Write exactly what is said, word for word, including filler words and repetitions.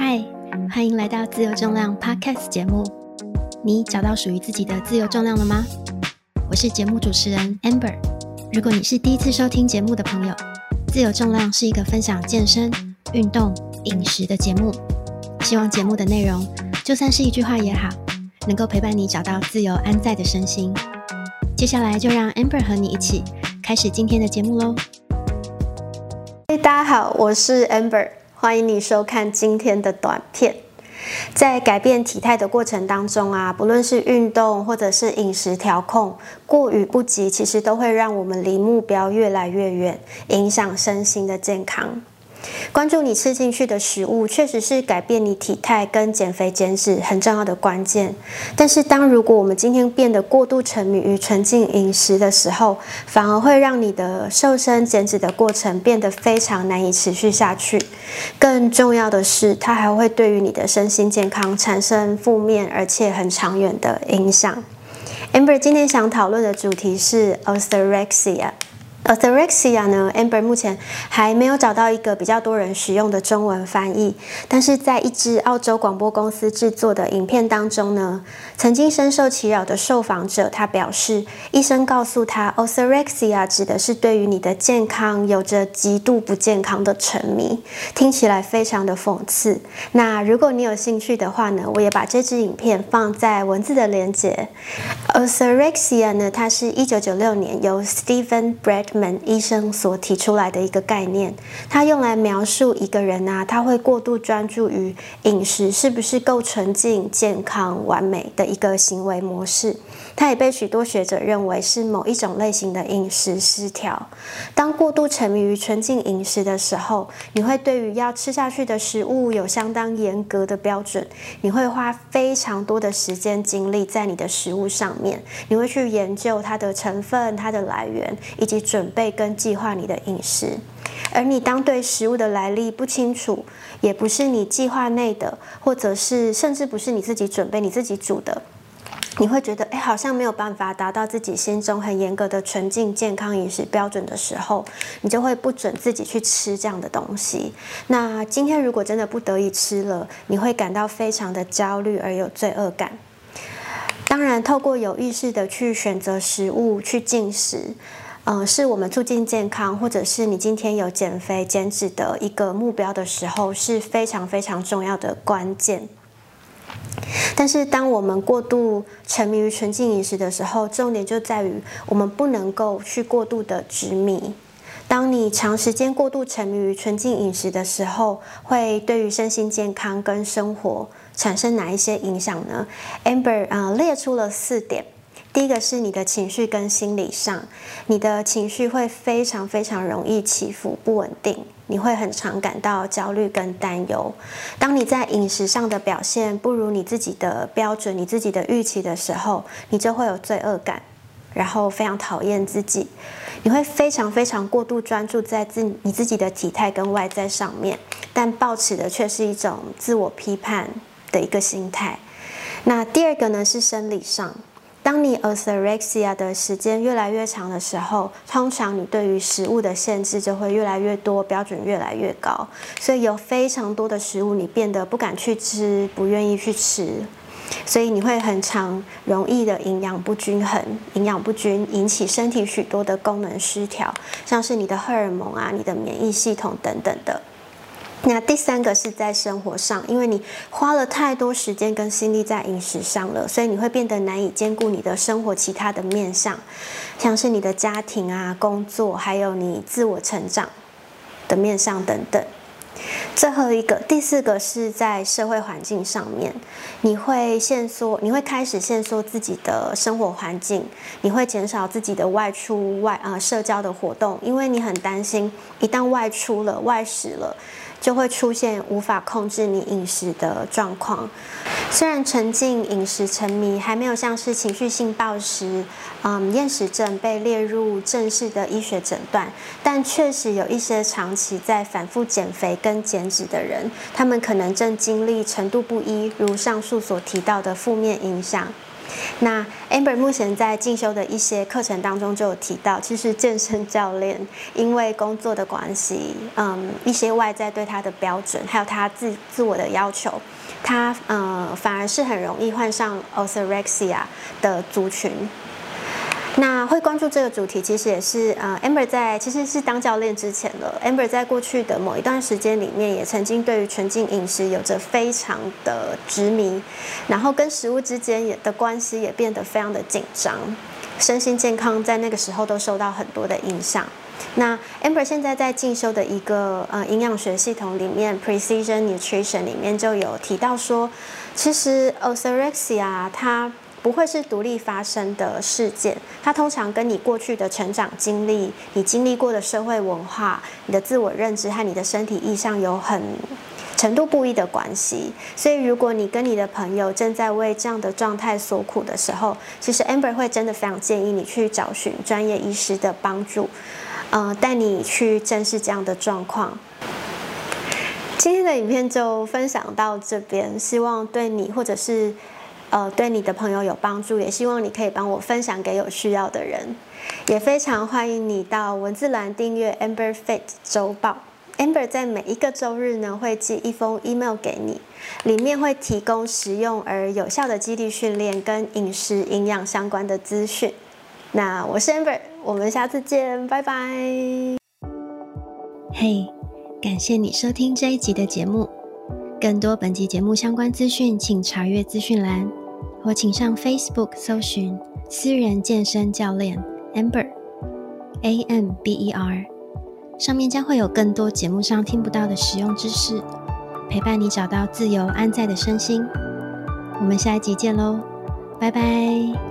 嗨，欢迎来到自由重量 Podcast 节目。你找到属于自己的自由重量了吗？我是节目主持人 Amber。如果你是第一次收听节目的朋友，自由重量是一个分享健身、运动、饮食的节目。希望节目的内容，就算是一句话也好，能够陪伴你找到自由安在的身心。接下来就让 Amber 和你一起开始今天的节目咯。 嘿，大家好，我是 Amber， 欢迎你收看今天的短片。在改变体态的过程当中啊，不论是运动或者是饮食调控，过与不及，其实都会让我们离目标越来越远，影响身心的健康。关注你吃进去的食物，确实是改变你体态跟减肥减脂很重要的关键。但是当如果我们今天变得过度沉迷于纯净饮食的时候，反而会让你的瘦身减脂的过程变得非常难以持续下去。更重要的是，它还会对于你的身心健康产生负面而且很长远的影响。Amber 今天想讨论的主题是 orthorexia。Orthorexia 呢 ，Amber 目前还没有找到一个比较多人使用的中文翻译，但是在一支澳洲广播公司制作的影片当中呢，曾经深受其扰的受访者他表示，医生告诉他 ，orthorexia 指的是对于你的健康有着极度不健康的沉迷，听起来非常的讽刺。那如果你有兴趣的话呢，我也把这支影片放在文字的连结。orthorexia 呢，它是一九九六年由 Stephen Bradman医生所提出来的一个概念，它用来描述一个人啊，他会过度专注于饮食是不是够纯净、健康、完美的一个行为模式。它也被许多学者认为是某一种类型的饮食失调。当过度沉迷于纯净饮食的时候，你会对于要吃下去的食物有相当严格的标准，你会花非常多的时间精力在你的食物上面，你会去研究它的成分、它的来源，以及准备跟计划你的饮食。而你当对食物的来历不清楚，也不是你计划内的，或者是甚至不是你自己准备、你自己煮的，你会觉得哎，好像没有办法达到自己心中很严格的纯净健康饮食标准的时候，你就会不准自己去吃这样的东西。那今天如果真的不得已吃了，你会感到非常的焦虑而有罪恶感。当然，透过有意识的去选择食物去进食，嗯、呃，是我们促进健康，或者是你今天有减肥减脂的一个目标的时候，是非常非常重要的关键。但是当我们过度沉迷于纯净饮食的时候，重点就在于我们不能够去过度的执迷。当你长时间过度沉迷于纯净饮食的时候，会对于身心健康跟生活产生哪一些影响呢？ Amber 呃列出了四点。第一个是你的情绪跟心理上，你的情绪会非常非常容易起伏不稳定，你会很常感到焦虑跟担忧。当你在饮食上的表现不如你自己的标准、你自己的预期的时候，你就会有罪恶感，然后非常讨厌自己，你会非常非常过度专注在自你自己的体态跟外在上面，但抱持的却是一种自我批判的一个心态。那第二个呢是生理上。当你 orthorexia 的时间越来越长的时候，通常你对于食物的限制就会越来越多，标准越来越高，所以有非常多的食物你变得不敢去吃，不愿意去吃，所以你会很常容易的营养不均衡，营养不均引起身体许多的功能失调，像是你的荷尔蒙啊、你的免疫系统等等的。那第三个是在生活上，因为你花了太多时间跟心力在饮食上了，所以你会变得难以兼顾你的生活其他的面向，像是你的家庭啊、工作，还有你自我成长的面向等等。最后一个，第四个是在社会环境上面，你会限缩，你会开始限缩自己的生活环境，你会减少自己的外出外啊、呃、社交的活动，因为你很担心一旦外出了、外食了，就会出现无法控制你饮食的状况。虽然沉浸饮食沉迷还没有像是情绪性暴食、嗯厌食症被列入正式的医学诊断，但确实有一些长期在反复减肥跟减脂的人，他们可能正经历程度不一，如上述所提到的负面影响。 那 Amber 目前在进修的一些课程当中就有提到，其实健身教练因为工作的关系，嗯，一些外在对他的标准，还有他自自我的要求，他呃反而是很容易患上 orthorexia 的族群。那会关注这个主题，其实也是呃 Amber 在其实是当教练之前了。Amber 在过去的某一段时间里面，也曾经对于纯净饮食有着非常的执迷，然后跟食物之间也的关系也变得非常的紧张，身心健康在那个时候都受到很多的影响。那 Amber 现在在进修的一个呃营养学系统里面 ，Precision Nutrition 里面就有提到说，其实 orthorexia 它不会是独立发生的事件，它通常跟你过去的成长经历、你经历过的社会文化、你的自我认知和你的身体意向有很程度不一的关系。所以，如果你跟你的朋友正在为这样的状态所苦的时候，其实 Amber 会真的非常建议你去找寻专业医师的帮助，呃，带你去正视这样的状况。今天的影片就分享到这边，希望对你或者是呃，对你的朋友有帮助，也希望你可以帮我分享给有需要的人。也非常欢迎你到文字栏订阅 Amber Fit 周报。Amber 在每一个周日呢，会寄一封 email 给你，里面会提供实用而有效的肌力训练跟饮食营养相关的资讯。那我是 Amber， 我们下次见，拜拜。 嘿，感谢你收听这一集的节目。更多本集节目相关资讯，请查阅资讯栏，或请上 Facebook 搜寻私人健身教练 Amber A M B E R， 上面将会有更多节目上听不到的实用知识，陪伴你找到自由安在的身心。我们下一集见喽，拜拜。